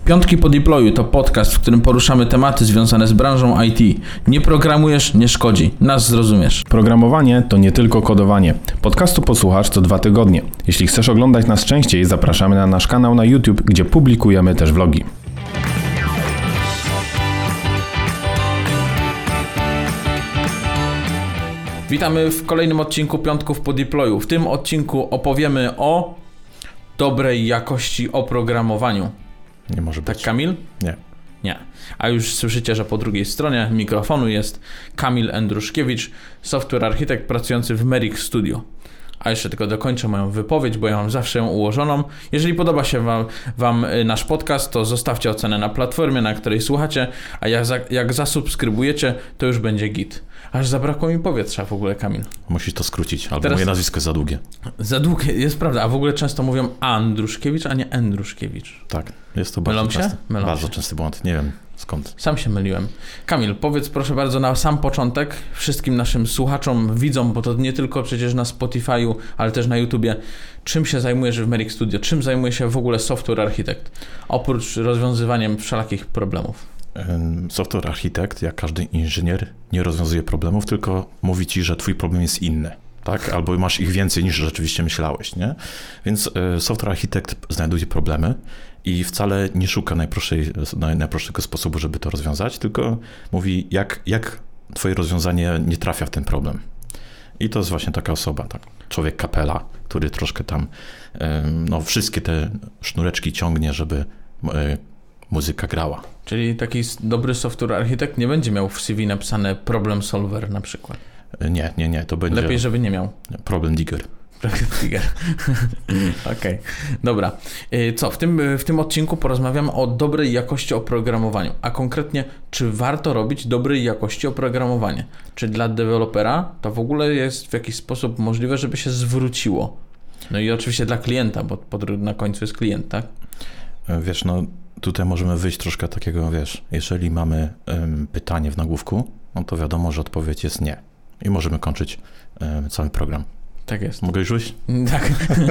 Piątki po deployu to podcast, w którym poruszamy tematy związane z branżą IT. Nie programujesz, nie szkodzi. Nas zrozumiesz. Programowanie to nie tylko kodowanie. Podcastu posłuchasz co 2 tygodnie. Jeśli chcesz oglądać nas częściej, zapraszamy na nasz kanał na YouTube, gdzie publikujemy też vlogi. Witamy w kolejnym odcinku Piątków po deployu. W tym odcinku opowiemy o dobrej jakości oprogramowaniu. Nie może być. Tak, Kamil? Nie. Nie. A już słyszycie, że po drugiej stronie mikrofonu jest Kamil Andruszkiewicz, software architekt pracujący w Merrick Studio. A jeszcze tylko dokończę moją wypowiedź, bo ja mam zawsze ją ułożoną. Jeżeli podoba się wam nasz podcast, to zostawcie ocenę na platformie, na której słuchacie, a jak zasubskrybujecie, to już będzie git. Aż zabrakło mi powietrza w ogóle, Kamil. Musisz to skrócić, albo Teraz... moje nazwisko jest za długie. Za długie, jest prawda, a w ogóle często mówią Andruszkiewicz, a nie Endruszkiewicz. Tak, jest to bardzo częsty. Mylą się? Częsty błąd, nie wiem skąd. Sam się myliłem. Kamil, powiedz proszę bardzo na sam początek wszystkim naszym słuchaczom, widzom, bo to nie tylko przecież na Spotify'u, ale też na YouTubie, czym się zajmujesz w Merrick Studio, czym zajmuje się w ogóle software architekt, oprócz rozwiązywaniem wszelakich problemów. Software architekt, jak każdy inżynier, nie rozwiązuje problemów, tylko mówi ci, że twój problem jest inny. Tak? Albo masz ich więcej niż rzeczywiście myślałeś, nie? Więc software architekt znajduje problemy i wcale nie szuka najprostszego sposobu, żeby to rozwiązać, tylko mówi, jak twoje rozwiązanie nie trafia w ten problem. I to jest właśnie taka osoba, tak? Człowiek kapela, który troszkę tam wszystkie te sznureczki ciągnie, żeby muzyka grała. Czyli taki dobry software architekt nie będzie miał w CV napisane problem solver na przykład? Nie, to będzie... Lepiej, żeby nie miał. Problem digger. Okej, dobra. Co, w tym odcinku porozmawiamy o dobrej jakości oprogramowaniu, a konkretnie, czy warto robić dobrej jakości oprogramowanie? Czy dla dewelopera to w ogóle jest w jakiś sposób możliwe, żeby się zwróciło? No i oczywiście dla klienta, bo na końcu jest klient, tak? Wiesz, tutaj możemy wyjść troszkę takiego, jeżeli mamy pytanie w nagłówku, no to wiadomo, że odpowiedź jest nie. I możemy kończyć cały program. Tak jest. Mogę już wyjść? Tak.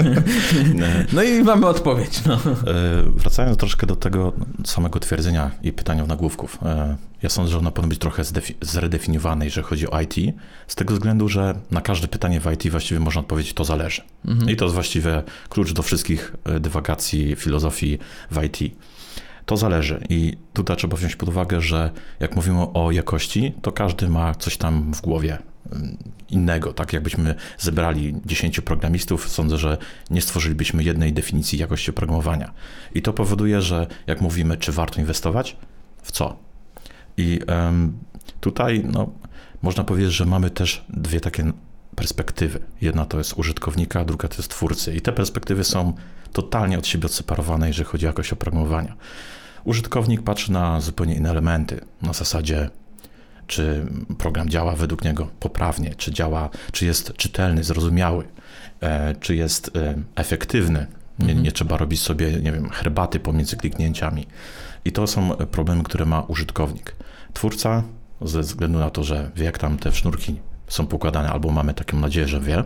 No i mamy odpowiedź. Wracając troszkę do tego samego twierdzenia i pytania w nagłówków. Ja sądzę, że ono powinno być trochę zredefiniowane, jeżeli chodzi o IT, z tego względu, że na każde pytanie w IT właściwie można odpowiedzieć, to zależy. I to jest właściwie klucz do wszystkich dywagacji, filozofii w IT. To zależy i tutaj trzeba wziąć pod uwagę, że jak mówimy o jakości, to każdy ma coś tam w głowie innego. Tak jakbyśmy zebrali 10 programistów, sądzę, że nie stworzylibyśmy jednej definicji jakości oprogramowania. I to powoduje, że jak mówimy, czy warto inwestować, w co? I tutaj można powiedzieć, że mamy też dwie takie perspektywy. Jedna to jest użytkownika, a druga to jest twórcy. I te perspektywy są totalnie od siebie odseparowane, jeżeli chodzi o jakość oprogramowania. Użytkownik patrzy na zupełnie inne elementy, na zasadzie, czy program działa według niego poprawnie, czy jest czytelny, zrozumiały, czy jest efektywny. Nie trzeba robić sobie, herbaty pomiędzy kliknięciami. I to są problemy, które ma użytkownik. Twórca, ze względu na to, że wie, jak tam te sznurki są pokładane, albo mamy taką nadzieję, że wie,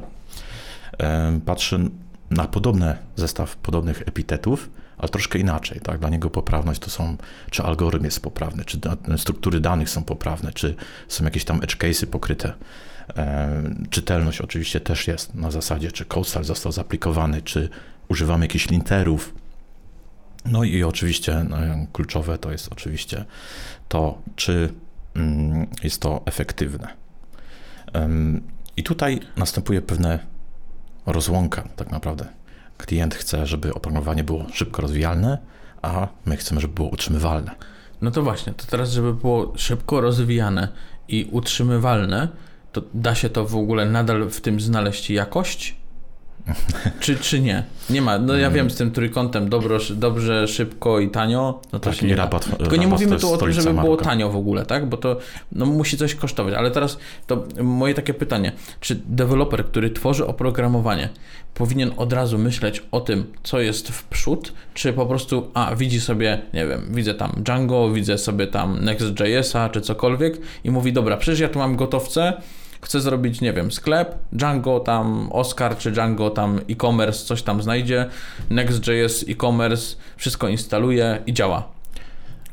patrzy na zestaw podobnych epitetów, ale troszkę inaczej. Tak? Dla niego poprawność to są, czy algorytm jest poprawny, czy struktury danych są poprawne, czy są jakieś tam edge case'y pokryte. Czytelność oczywiście też jest na zasadzie, czy code style został zaaplikowany, czy używamy jakichś linterów. No i oczywiście kluczowe to jest oczywiście to, czy jest to efektywne. I tutaj następuje pewna rozłąka tak naprawdę. Klient chce, żeby oprogramowanie było szybko rozwijalne, a my chcemy, żeby było utrzymywalne. No to właśnie, to teraz, żeby było szybko rozwijane i utrzymywalne, to da się to w ogóle nadal w tym znaleźć jakość? Czy nie? Nie ma. Ja wiem, z tym trójkątem dobrze, szybko i tanio, no to się nie da. Tylko nie mówimy tu o tym, żeby było tanio w ogóle, tak? Bo to musi coś kosztować. Ale teraz to moje takie pytanie. Czy deweloper, który tworzy oprogramowanie, powinien od razu myśleć o tym, co jest w przód, czy po prostu widzi sobie, widzę tam Django, widzę sobie tam Next.jsa, czy cokolwiek i mówi, dobra, przecież ja tu mam gotowce, chcę zrobić, sklep, Django tam Oscar, czy Django tam e-commerce, coś tam znajdzie, Next.js e-commerce, wszystko instaluje i działa.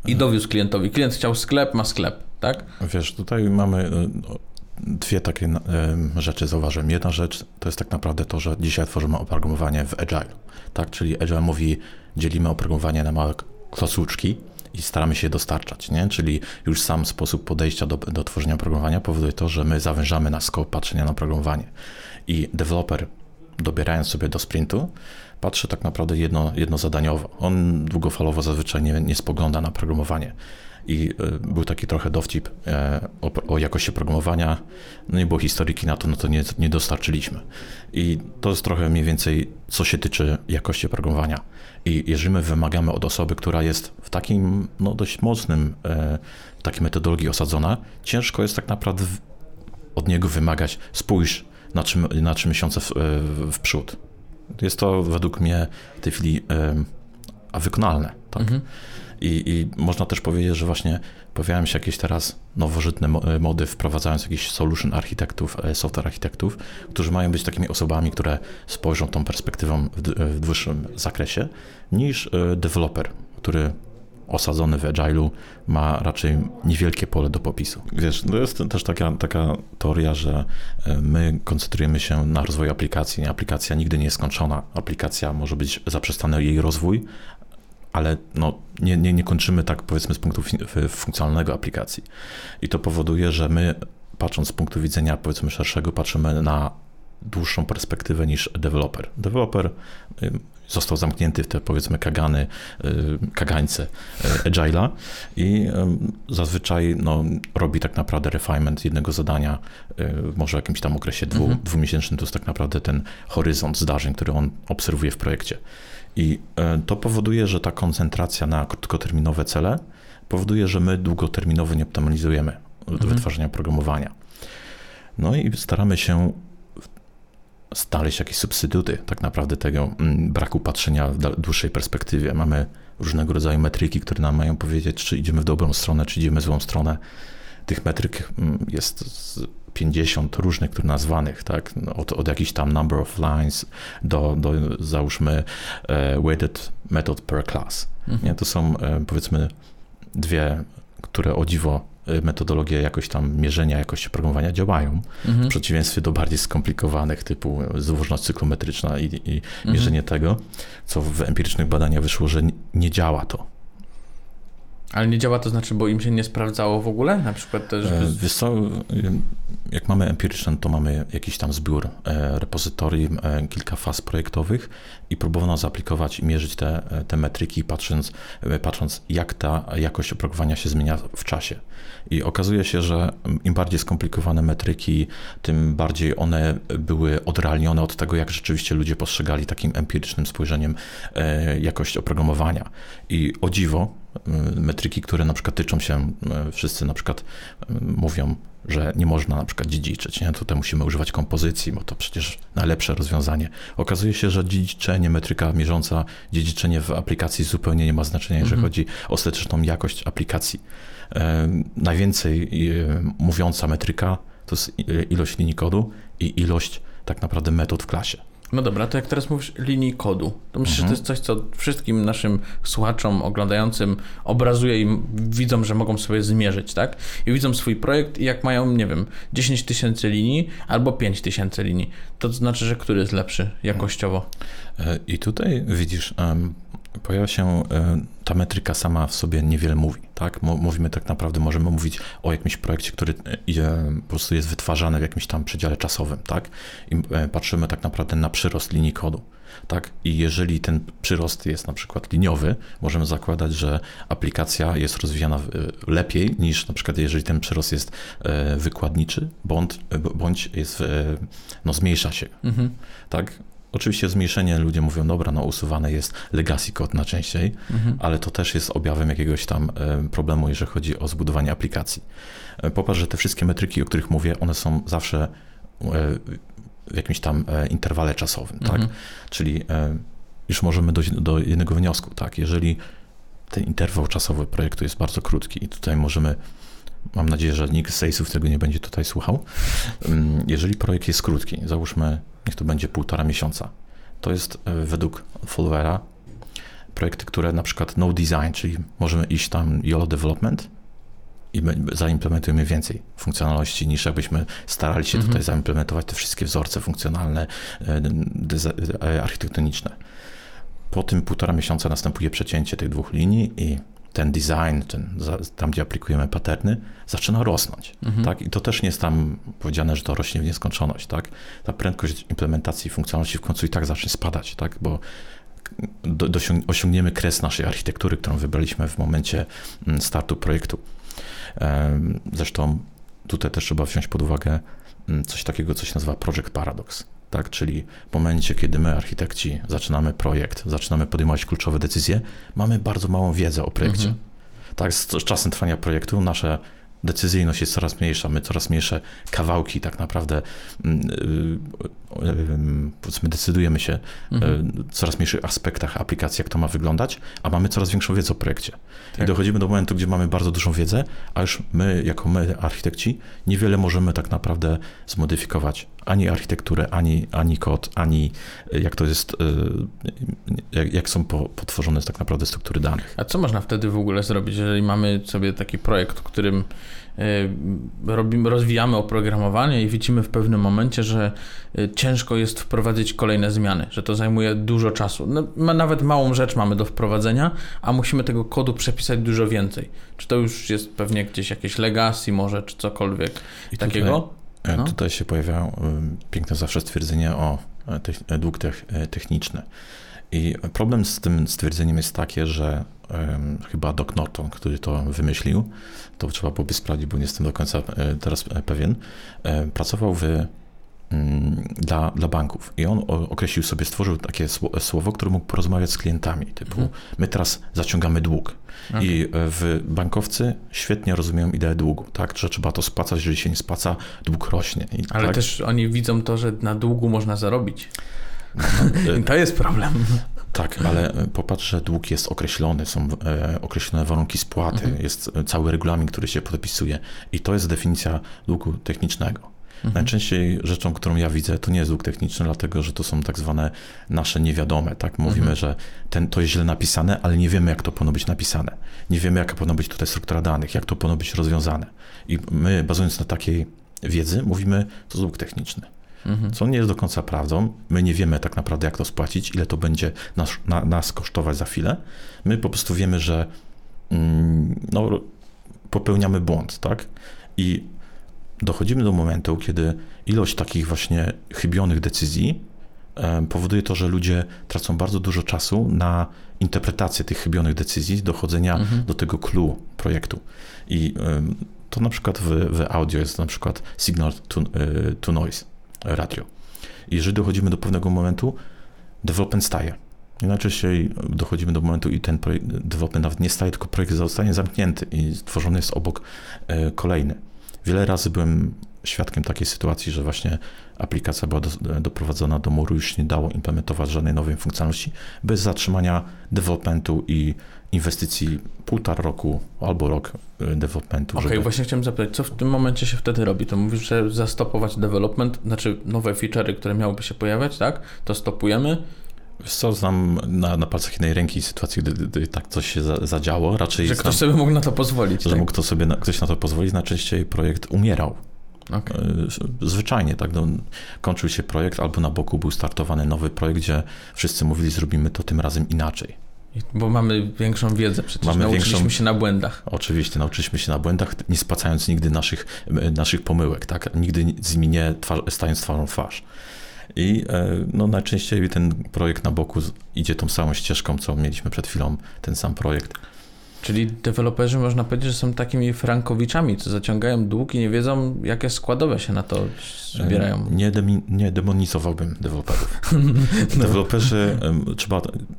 I dowiózł klientowi. Klient chciał sklep, ma sklep, tak? Wiesz, tutaj mamy dwie takie rzeczy, zauważyłem. Jedna rzecz to jest tak naprawdę to, że dzisiaj tworzymy oprogramowanie w Agile, tak? Czyli Agile mówi, dzielimy oprogramowanie na małe klocuczki i staramy się je dostarczać, nie? Czyli już sam sposób podejścia do tworzenia oprogramowania powoduje to, że my zawężamy na scope patrzenia na oprogramowanie. I deweloper, dobierając sobie do sprintu, patrzy tak naprawdę jednozadaniowo. On długofalowo zazwyczaj nie spogląda na programowanie. I był taki trochę dowcip o jakości programowania. No nie było historyki na to, no to nie dostarczyliśmy. I to jest trochę mniej więcej, co się tyczy jakości programowania. I jeżeli my wymagamy od osoby, która jest w takim dość mocnym takiej metodologii osadzona, ciężko jest tak naprawdę od niego wymagać, spójrz na 3 miesiące w przód. Jest to według mnie w tej chwili wykonalne. Tak? Mhm. I można też powiedzieć, że właśnie pojawiają się jakieś teraz nowożytne mody, wprowadzając jakichś solution architektów, software architektów, którzy mają być takimi osobami, które spojrzą tą perspektywą w dłuższym zakresie, niż deweloper, który osadzony w Agile'u ma raczej niewielkie pole do popisu. Wiesz, to jest też taka teoria, że my koncentrujemy się na rozwoju aplikacji. Aplikacja nigdy nie jest skończona. Aplikacja może być zaprzestany jej rozwój, ale nie kończymy tak, powiedzmy, z punktu funkcjonalnego aplikacji. I to powoduje, że my, patrząc z punktu widzenia, powiedzmy, szerszego, patrzymy na dłuższą perspektywę niż deweloper. Deweloper został zamknięty w te, powiedzmy, kagańce Agile'a i zazwyczaj robi tak naprawdę refinement jednego zadania, może w jakimś tam okresie dwumiesięcznym, to jest tak naprawdę ten horyzont zdarzeń, który on obserwuje w projekcie. I to powoduje, że ta koncentracja na krótkoterminowe cele powoduje, że my długoterminowo nie optymalizujemy wytwarzania oprogramowania. No i staramy się znaleźć jakieś substytuty tak naprawdę tego braku patrzenia w dłuższej perspektywie. Mamy różnego rodzaju metryki, które nam mają powiedzieć, czy idziemy w dobrą stronę, czy idziemy w złą stronę. Tych metryk jest 50 różnych, które nazwanych, tak? Od jakichś tam number of lines do załóżmy weighted method per class. Nie? To są, powiedzmy, dwie, które o dziwo metodologie jakoś tam mierzenia jakości programowania działają, w przeciwieństwie do bardziej skomplikowanych typu złożność cyklometryczna i mierzenie tego, co w empirycznych badaniach wyszło, że nie działa to. Ale nie działa to znaczy, bo im się nie sprawdzało w ogóle? Na przykład też... Wiesz co, jak mamy empiryczne, to mamy jakiś tam zbiór repozytoriów, kilka faz projektowych i próbowano zaaplikować i mierzyć te metryki, patrząc jak ta jakość oprogramowania się zmienia w czasie. I okazuje się, że im bardziej skomplikowane metryki, tym bardziej one były odrealnione od tego, jak rzeczywiście ludzie postrzegali takim empirycznym spojrzeniem jakość oprogramowania. I o dziwo, metryki, które na przykład tyczą się, wszyscy na przykład mówią, że nie można na przykład dziedziczyć, nie? Tutaj musimy używać kompozycji, bo to przecież najlepsze rozwiązanie. Okazuje się, że dziedziczenie, metryka mierząca dziedziczenie w aplikacji zupełnie nie ma znaczenia, jeżeli chodzi o ostateczną jakość aplikacji. Najwięcej mówiąca metryka to jest ilość linii kodu i ilość tak naprawdę metod w klasie. No dobra, to jak teraz mówisz linii kodu, to myślę, że to jest coś, co wszystkim naszym słuchaczom, oglądającym obrazuje i widzą, że mogą sobie zmierzyć, tak? I widzą swój projekt i jak mają, nie wiem, 10 000 linii albo 5 000 linii, to znaczy, że który jest lepszy jakościowo? I tutaj widzisz, pojawia się ta metryka sama w sobie niewiele mówi, tak? Mówimy tak naprawdę, możemy mówić o jakimś projekcie, który po prostu jest wytwarzany w jakimś tam przedziale czasowym, tak? I patrzymy tak naprawdę na przyrost linii kodu, tak? I jeżeli ten przyrost jest na przykład liniowy, możemy zakładać, że aplikacja jest rozwijana lepiej niż na przykład jeżeli ten przyrost jest wykładniczy, bądź jest, zmniejsza się, tak? Oczywiście zmniejszenie, ludzie mówią, dobra, usuwane jest legacy code najczęściej, ale to też jest objawem jakiegoś tam problemu, jeżeli chodzi o zbudowanie aplikacji. Popatrz, że te wszystkie metryki, o których mówię, one są zawsze w jakimś tam interwale czasowym, tak? Czyli już możemy dojść do jednego wniosku, tak? Jeżeli ten interwał czasowy projektu jest bardzo krótki i tutaj możemy, mam nadzieję, że nikt z sejsów tego nie będzie tutaj słuchał, jeżeli projekt jest krótki, załóżmy, niech to będzie 1,5 miesiąca, to jest według Fulvera projekty, które na przykład no design, czyli możemy iść tam YOLO development i my zaimplementujemy więcej funkcjonalności niż jakbyśmy starali się tutaj zaimplementować te wszystkie wzorce funkcjonalne, architektoniczne. Po tym 1,5 miesiąca następuje przecięcie tych 2 linii i ten design, tam gdzie aplikujemy patterny, zaczyna rosnąć. Tak? I to też nie jest tam powiedziane, że to rośnie w nieskończoność. Tak? Ta prędkość implementacji funkcjonalności w końcu i tak zacznie spadać, tak? Bo osiągniemy kres naszej architektury, którą wybraliśmy w momencie startu projektu. Zresztą tutaj też trzeba wziąć pod uwagę coś takiego, co się nazywa Project Paradox. Tak? Czyli w momencie, kiedy my, architekci, zaczynamy projekt, zaczynamy podejmować kluczowe decyzje, mamy bardzo małą wiedzę o projekcie. Tak, z czasem trwania projektu nasza decyzyjność jest coraz mniejsza, my coraz mniejsze kawałki tak naprawdę powiedzmy decydujemy się w coraz mniejszych aspektach aplikacji, jak to ma wyglądać, a mamy coraz większą wiedzę o projekcie. Tak. I dochodzimy do momentu, gdzie mamy bardzo dużą wiedzę, a już my, architekci, niewiele możemy tak naprawdę zmodyfikować. Ani architekturę, ani kod, ani jak to jest, jak są potworzone tak naprawdę struktury danych. A co można wtedy w ogóle zrobić, jeżeli mamy sobie taki projekt, w którym rozwijamy oprogramowanie i widzimy w pewnym momencie, że ciężko jest wprowadzić kolejne zmiany, że to zajmuje dużo czasu. No, nawet małą rzecz mamy do wprowadzenia, a musimy tego kodu przepisać dużo więcej. Czy to już jest pewnie gdzieś jakieś legacy może, czy cokolwiek takiego? Tutaj się pojawiają piękne zawsze stwierdzenia o dług techniczny. I problem z tym stwierdzeniem jest takie, że chyba Doc Norton, który to wymyślił, to trzeba byłoby sprawdzić, bo nie jestem do końca teraz pewien, pracował dla banków i on określił sobie, stworzył takie słowo, które mógł porozmawiać z klientami, typu my teraz zaciągamy dług. Okay. I bankowcy świetnie rozumieją ideę długu, tak, że trzeba to spłacać, jeżeli się nie spłaca, dług rośnie. Ale tak? też oni widzą to, że na długu można zarobić. I to jest problem. Tak, ale popatrz, że dług jest określony, są określone warunki spłaty, jest cały regulamin, który się podpisuje i to jest definicja długu technicznego. Najczęściej rzeczą, którą ja widzę, to nie jest dług techniczny, dlatego że to są tak zwane nasze niewiadome. Tak? Mówimy, że to jest źle napisane, ale nie wiemy, jak to powinno być napisane. Nie wiemy, jaka powinna być tutaj struktura danych, jak to powinno być rozwiązane. I my, bazując na takiej wiedzy, mówimy, to jest dług techniczny. Co nie jest do końca prawdą. My nie wiemy tak naprawdę, jak to spłacić, ile to będzie nas kosztować za chwilę. My po prostu wiemy, że popełniamy błąd, tak? I dochodzimy do momentu, kiedy ilość takich właśnie chybionych decyzji powoduje to, że ludzie tracą bardzo dużo czasu na interpretację tych chybionych decyzji, dochodzenia do tego clue projektu. I to na przykład w audio jest na przykład signal to noise ratio. I jeżeli dochodzimy do pewnego momentu, development staje. I najczęściej dochodzimy do momentu i ten development nawet nie staje, tylko projekt zostanie zamknięty i stworzony jest obok kolejny. Wiele razy byłem świadkiem takiej sytuacji, że właśnie aplikacja była doprowadzona do muru, już nie dało implementować żadnej nowej funkcjonalności bez zatrzymania developmentu i inwestycji 1,5 roku albo rok developmentu. Okej, właśnie chciałem zapytać, co w tym momencie się wtedy robi? To mówisz, że zastopować development, znaczy nowe feature'y, które miałyby się pojawiać, tak? To stopujemy. Wiesz co, znam na palcach jednej ręki sytuację, gdy tak coś się zadziało. Raczej że ktoś sobie mógł na to pozwolić. Że tak? Mógł ktoś na to pozwolić, najczęściej projekt umierał. Okay. Zwyczajnie, tak. Kończył się projekt, albo na boku był startowany nowy projekt, gdzie wszyscy mówili, zrobimy to tym razem inaczej. Bo mamy większą wiedzę, przecież nauczyliśmy się na błędach. Oczywiście, nauczyliśmy się na błędach, nie spłacając nigdy naszych pomyłek, tak? Nigdy z nimi nie stając twarzą w twarz. I najczęściej ten projekt na boku idzie tą samą ścieżką, co mieliśmy przed chwilą, ten sam projekt. Czyli deweloperzy, można powiedzieć, że są takimi frankowiczami, co zaciągają dług i nie wiedzą, jakie składowe się na to zbierają. Nie demonizowałbym deweloperów. Deweloperzy trzeba...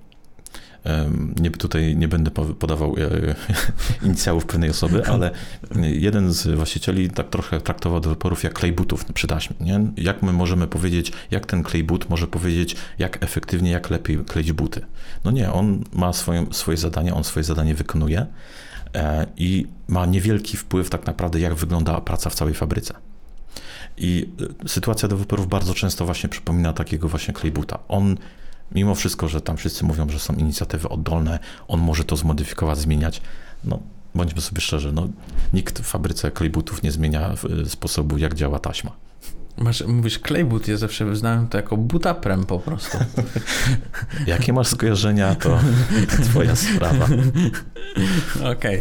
Tutaj nie będę podawał inicjałów pewnej osoby, ale jeden z właścicieli tak trochę traktował deweloperów jak klejbutów przy taśmie. Nie? Jak my możemy powiedzieć, jak ten klejbut może powiedzieć, jak efektywnie, jak lepiej kleić buty? No nie, on ma swoje zadanie, on swoje zadanie wykonuje i ma niewielki wpływ tak naprawdę, jak wygląda praca w całej fabryce. I sytuacja deweloperów bardzo często właśnie przypomina takiego właśnie klejbuta. On Mimo wszystko, że tam wszyscy mówią, że są inicjatywy oddolne, on może to zmodyfikować, zmieniać. No, bądźmy sobie szczerzy, no, nikt w fabryce klejbutów nie zmienia sposobu, jak działa taśma. Mówisz klejbut, ja zawsze znałem to jako butaprem po prostu. Jakie masz skojarzenia, to twoja sprawa. Okej.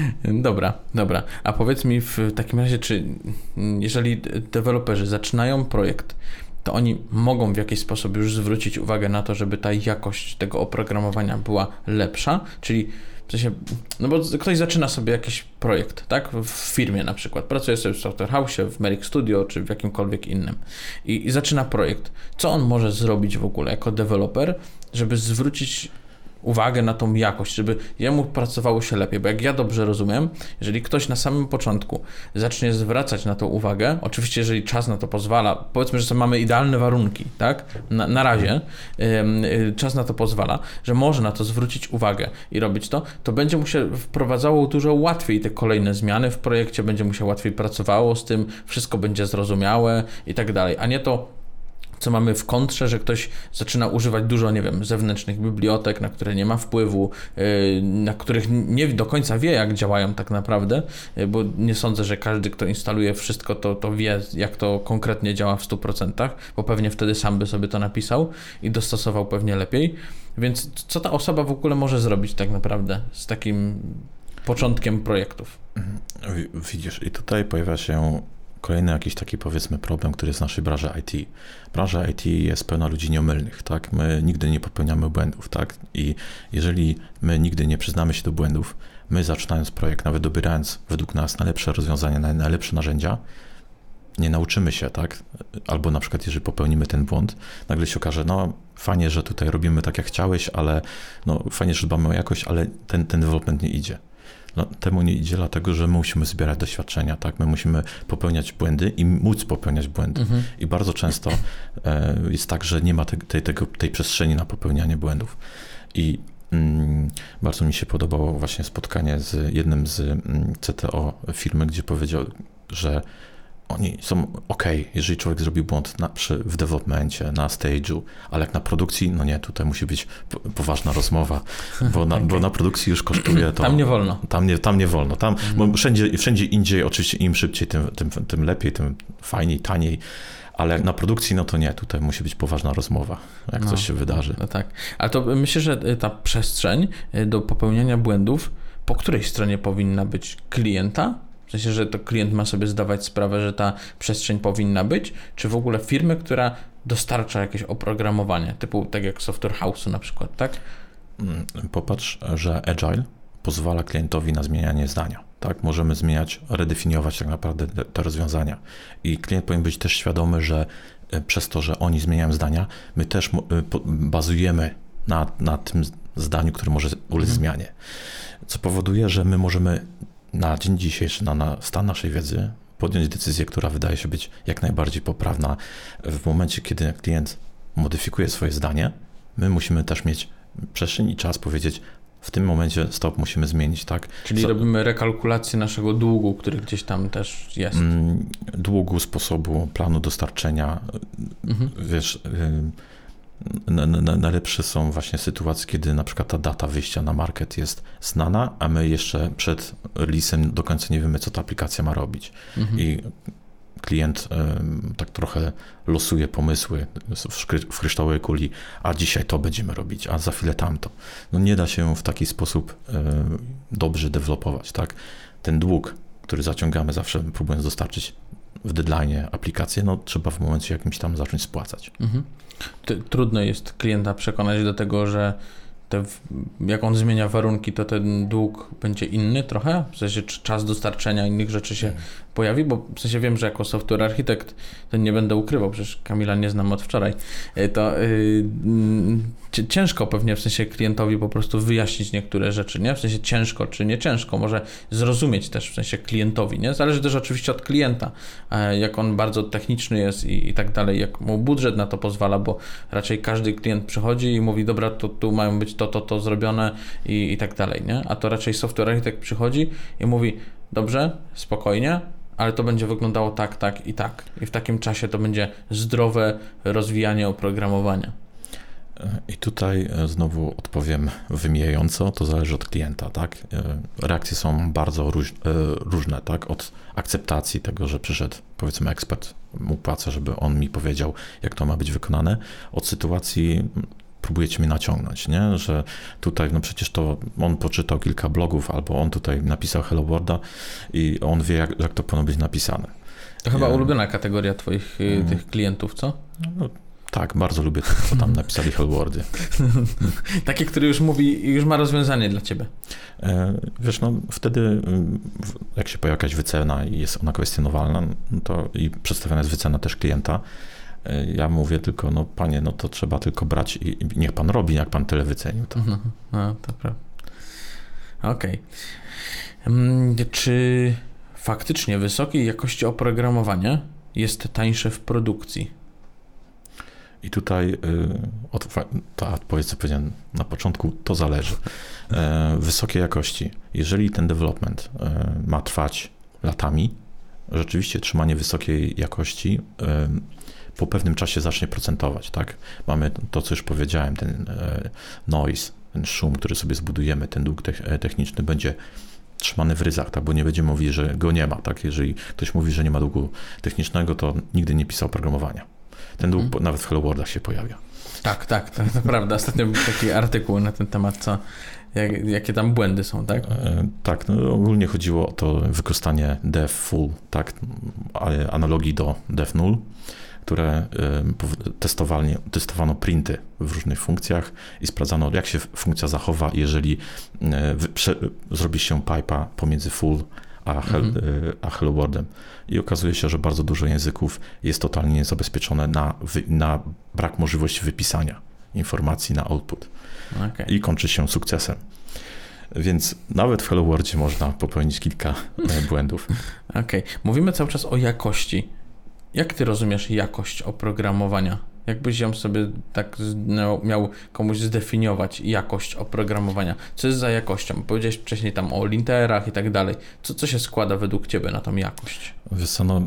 Dobra. A powiedz mi w takim razie, czy jeżeli deweloperzy zaczynają projekt, to oni mogą w jakiś sposób już zwrócić uwagę na to, żeby ta jakość tego oprogramowania była lepsza, czyli w sensie, no bo ktoś zaczyna sobie jakiś projekt, tak, w firmie na przykład, pracuje sobie w Software House, w Merrick Studio, czy w jakimkolwiek innym i zaczyna projekt. Co on może zrobić w ogóle jako deweloper, żeby zwrócić uwagę na tą jakość, żeby jemu pracowało się lepiej, bo jak ja dobrze rozumiem, jeżeli ktoś na samym początku zacznie zwracać na to uwagę, oczywiście jeżeli czas na to pozwala, powiedzmy, że sobie mamy idealne warunki, tak, na razie czas na to pozwala, że może na to zwrócić uwagę i robić to będzie mu się wprowadzało dużo łatwiej te kolejne zmiany w projekcie, będzie mu się łatwiej pracowało z tym, wszystko będzie zrozumiałe i tak dalej, a nie to, co mamy w kontrze, że ktoś zaczyna używać dużo, nie wiem, zewnętrznych bibliotek, na które nie ma wpływu, na których nie do końca wie, jak działają tak naprawdę, bo nie sądzę, że każdy, kto instaluje wszystko, to wie, jak to konkretnie działa w 100%, bo pewnie wtedy sam by sobie to napisał i dostosował pewnie lepiej. Więc co ta osoba w ogóle może zrobić tak naprawdę z takim początkiem projektów? Widzisz, i tutaj pojawia się kolejny jakiś taki, powiedzmy, problem, który jest w naszej branży IT. Branża IT jest pełna ludzi nieomylnych, tak? My nigdy nie popełniamy błędów, tak? I jeżeli my nigdy nie przyznamy się do błędów, my zaczynając projekt, nawet dobierając według nas najlepsze rozwiązania, najlepsze narzędzia, nie nauczymy się, tak? Albo na przykład, jeżeli popełnimy ten błąd, nagle się okaże, no fajnie, że tutaj robimy tak, jak chciałeś, ale no fajnie, że dbamy o jakość, ale ten development nie idzie. No, temu nie idzie, dlatego że my musimy zbierać doświadczenia, tak? My musimy popełniać błędy i móc popełniać błędy. I bardzo często jest tak, że nie ma tej przestrzeni na popełnianie błędów. I bardzo mi się podobało właśnie spotkanie z jednym z CTO firmy, gdzie powiedział, że oni są jeżeli człowiek zrobił błąd w developmencie, na stage'u, ale jak na produkcji, no nie, tutaj musi być poważna rozmowa, bo na produkcji już kosztuje to... Tam nie wolno. Tam nie wolno. Bo wszędzie indziej, oczywiście im szybciej, tym lepiej, tym fajniej, taniej, ale jak na produkcji, no to nie, tutaj musi być poważna rozmowa, jak coś się wydarzy. No tak, ale to myślę, że ta przestrzeń do popełniania błędów po której stronie powinna być? Klienta? W sensie, że to klient ma sobie zdawać sprawę, że ta przestrzeń powinna być, czy w ogóle firmy, która dostarcza jakieś oprogramowanie, typu tak jak Software House'u na przykład, tak? Popatrz, że Agile pozwala klientowi na zmienianie zdania. Tak, możemy zmieniać, redefiniować tak naprawdę te rozwiązania. I klient powinien być też świadomy, że przez to, że oni zmieniają zdania, my też bazujemy na tym zdaniu, które może ulec zmianie. Co powoduje, że my możemy na dzień dzisiejszy, na stan naszej wiedzy, podjąć decyzję, która wydaje się być jak najbardziej poprawna. W momencie, kiedy klient modyfikuje swoje zdanie, my musimy też mieć przestrzeń i czas powiedzieć, w tym momencie stop, musimy zmienić, tak? Czyli robimy rekalkulację naszego długu, który gdzieś tam też jest. Długu, sposobu, planu dostarczenia. Wiesz, najlepsze są właśnie sytuacje, kiedy na przykład ta data wyjścia na market jest znana, a my jeszcze przed release'em do końca nie wiemy, co ta aplikacja ma robić. I klient tak trochę losuje pomysły w kryształowej kuli, a dzisiaj to będziemy robić, a za chwilę tamto. No nie da się w taki sposób dobrze dewelopować, tak? Ten dług, który zaciągamy zawsze próbując dostarczyć w deadline'ie aplikację, no trzeba w momencie jakimś tam zacząć spłacać. Trudno jest klienta przekonać do tego, że jak on zmienia warunki, to ten dług będzie inny trochę? W sensie czas dostarczenia innych rzeczy się pojawi? Bo w sensie wiem, że jako software architekt to nie będę ukrywał, przecież Kamila nie znam od wczoraj, to ciężko pewnie w sensie klientowi po prostu wyjaśnić niektóre rzeczy, nie? W sensie ciężko czy nie ciężko, może zrozumieć też w sensie klientowi, nie? Zależy też oczywiście od klienta, jak on bardzo techniczny jest i tak dalej, jak mu budżet na to pozwala, bo raczej każdy klient przychodzi i mówi, dobra, to tu mają być to zrobione i tak dalej, nie? A to raczej software architekt przychodzi i mówi, dobrze, spokojnie, ale to będzie wyglądało tak, tak i tak. I w takim czasie to będzie zdrowe rozwijanie oprogramowania. I tutaj znowu odpowiem wymijająco, to zależy od klienta, tak? Reakcje są bardzo różne, tak? Od akceptacji tego, że przyszedł, powiedzmy, ekspert, mu płacę, żeby on mi powiedział, jak to ma być wykonane, od sytuacji próbujecie mnie naciągnąć, nie? Że tutaj, no przecież to on poczytał kilka blogów, albo on tutaj napisał Hello Worlda i on wie, jak to powinno być napisane. To chyba ulubiona kategoria twoich tych klientów, co? No, tak, bardzo lubię tych, co tam napisali Hello Worldy. Takie, który już mówi, już ma rozwiązanie dla ciebie. Wiesz, no wtedy jak się pojawia jakaś wycena i jest ona kwestionowalna, no to i przedstawiona jest wycena też klienta, ja mówię tylko, no panie, no to trzeba tylko brać i niech pan robi, jak pan tyle wycenił. To. No, to prawda. Okej. Czy faktycznie wysokiej jakości oprogramowanie jest tańsze w produkcji? I tutaj ta odpowiedź, co powiedziałem na początku, to zależy. Wysokiej jakości. Jeżeli ten development ma trwać latami, rzeczywiście trzymanie wysokiej jakości po pewnym czasie zacznie procentować, tak? Mamy to, co już powiedziałem, ten noise, ten szum, który sobie zbudujemy, ten dług techniczny będzie trzymany w ryzach, tak? Bo nie będziemy mówili, że go nie ma, tak? Jeżeli ktoś mówi, że nie ma długu technicznego, to nigdy nie pisał programowania. Ten dług nawet w Hello Worldach się pojawia. Tak, to prawda. Ostatnio był taki artykuł na ten temat, jakie tam błędy są, tak? Tak, no ogólnie chodziło o to wykorzystanie dev full, tak? Analogii do dev null, które testowano printy w różnych funkcjach i sprawdzano, jak się funkcja zachowa, jeżeli zrobi się pipe'a pomiędzy full a Hello Worldem. I okazuje się, że bardzo dużo języków jest totalnie niezabezpieczone na brak możliwości wypisania informacji na output. Okay. I kończy się sukcesem. Więc nawet w Hello Worldzie można popełnić kilka błędów. Okej. Mówimy cały czas o jakości. Jak ty rozumiesz jakość oprogramowania? Jakbyś ją sobie tak miał komuś zdefiniować jakość oprogramowania? Co jest za jakością? Powiedziałeś wcześniej tam o linterach i tak dalej. Co się składa według ciebie na tą jakość? Wiesz co, no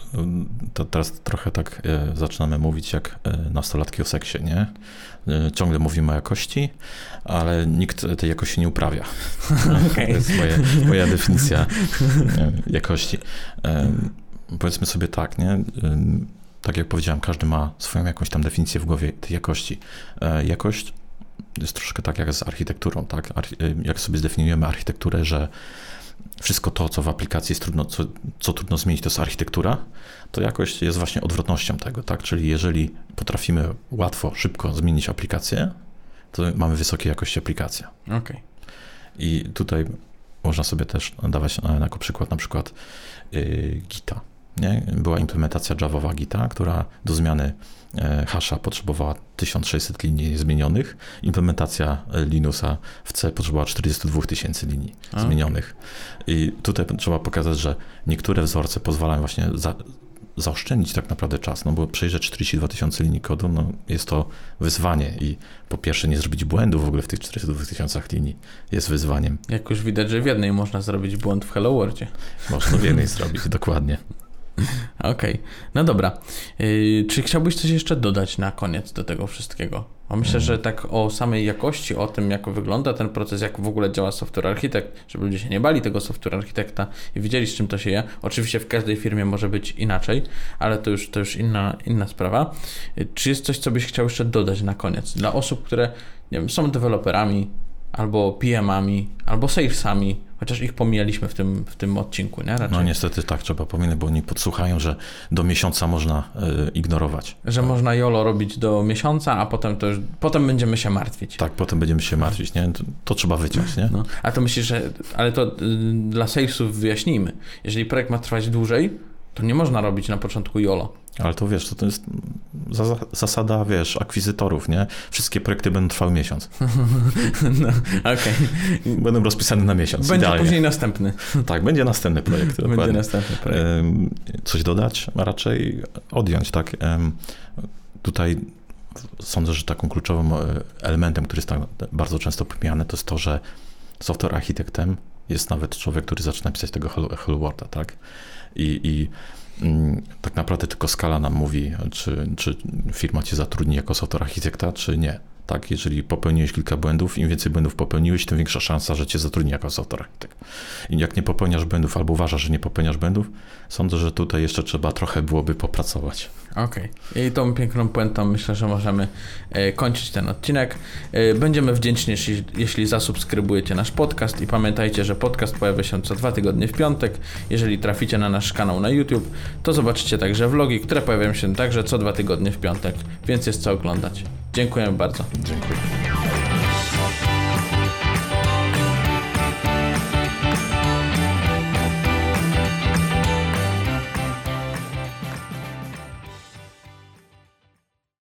to teraz trochę tak zaczynamy mówić jak nastolatki o seksie, nie? Ciągle mówimy o jakości, ale nikt tej jakości nie uprawia. Okay. To jest moja definicja jakości. Powiedzmy sobie tak, nie? Tak jak powiedziałem, każdy ma swoją jakąś tam definicję w głowie tej jakości. Jakość jest troszkę tak jak z architekturą, tak? Jak sobie zdefiniujemy architekturę, że wszystko to, co w aplikacji jest trudno, co trudno zmienić, to jest architektura, to jakość jest właśnie odwrotnością tego, tak? Czyli jeżeli potrafimy łatwo, szybko zmienić aplikację, to mamy wysokiej jakości aplikację. Okay. I tutaj można sobie też dawać jako przykład na przykład Gita. Nie? Była implementacja Javowa Gita, która do zmiany hasza potrzebowała 1600 linii zmienionych. Implementacja Linuxa w C potrzebowała 42 000 linii zmienionych. I tutaj trzeba pokazać, że niektóre wzorce pozwalają właśnie zaoszczędzić tak naprawdę czas, no bo przejrzeć 42 000 linii kodu, no jest to wyzwanie i po pierwsze nie zrobić błędu w ogóle w tych 42 000 linii jest wyzwaniem. Jak już widać, że w jednej można zrobić błąd w Hello Worldzie. Można w jednej zrobić, dokładnie. Okej, no dobra. Czy chciałbyś coś jeszcze dodać na koniec do tego wszystkiego? Bo myślę, że tak o samej jakości, o tym, jak wygląda ten proces, jak w ogóle działa software architekt, żeby ludzie się nie bali tego software architekta i wiedzieli, z czym to się je. Oczywiście w każdej firmie może być inaczej, ale to już inna sprawa. Czy jest coś, co byś chciał jeszcze dodać na koniec? Dla osób, które nie wiem, są deweloperami, albo PM-ami, albo salesami, chociaż ich pomijaliśmy w tym odcinku, nie? Raczej. No niestety tak trzeba pominąć, bo oni podsłuchają, że do miesiąca można ignorować. Że można YOLO robić do miesiąca, a potem będziemy się martwić. Tak, potem będziemy się martwić, nie? To trzeba wyciąć, nie? No. A to myślisz, że... Ale to dla salesów wyjaśnijmy. Jeżeli projekt ma trwać dłużej, to nie można robić na początku YOLO. Ale to wiesz, to jest zasada, wiesz, akwizytorów, nie? Wszystkie projekty będą trwały miesiąc. No, okej. Będą rozpisane na miesiąc. Będzie idealnie. Później następny. Tak, będzie następny projekt. Będzie dokładnie. następny projekt. Coś dodać, a raczej odjąć, tak? Tutaj sądzę, że taką kluczowym elementem, który jest tak bardzo często pomijany, to jest to, że software architektem jest nawet człowiek, który zaczyna pisać tego Hello Worlda, tak? I tak naprawdę tylko skala nam mówi, czy firma cię zatrudni jako software architekta, czy nie. Tak, jeżeli popełniłeś kilka błędów, im więcej błędów popełniłeś, tym większa szansa, że cię zatrudni jako software architekt. I jak nie popełniasz błędów albo uważasz, że nie popełniasz błędów, sądzę, że tutaj jeszcze trzeba trochę byłoby popracować. Okej. I tą piękną puentą myślę, że możemy kończyć ten odcinek. Będziemy wdzięczni, jeśli zasubskrybujecie nasz podcast i pamiętajcie, że podcast pojawia się co 2 tygodnie w piątek. Jeżeli traficie na nasz kanał na YouTube, to zobaczycie także vlogi, które pojawiają się także co 2 tygodnie w piątek, więc jest co oglądać. Dziękuję bardzo. Dziękuję.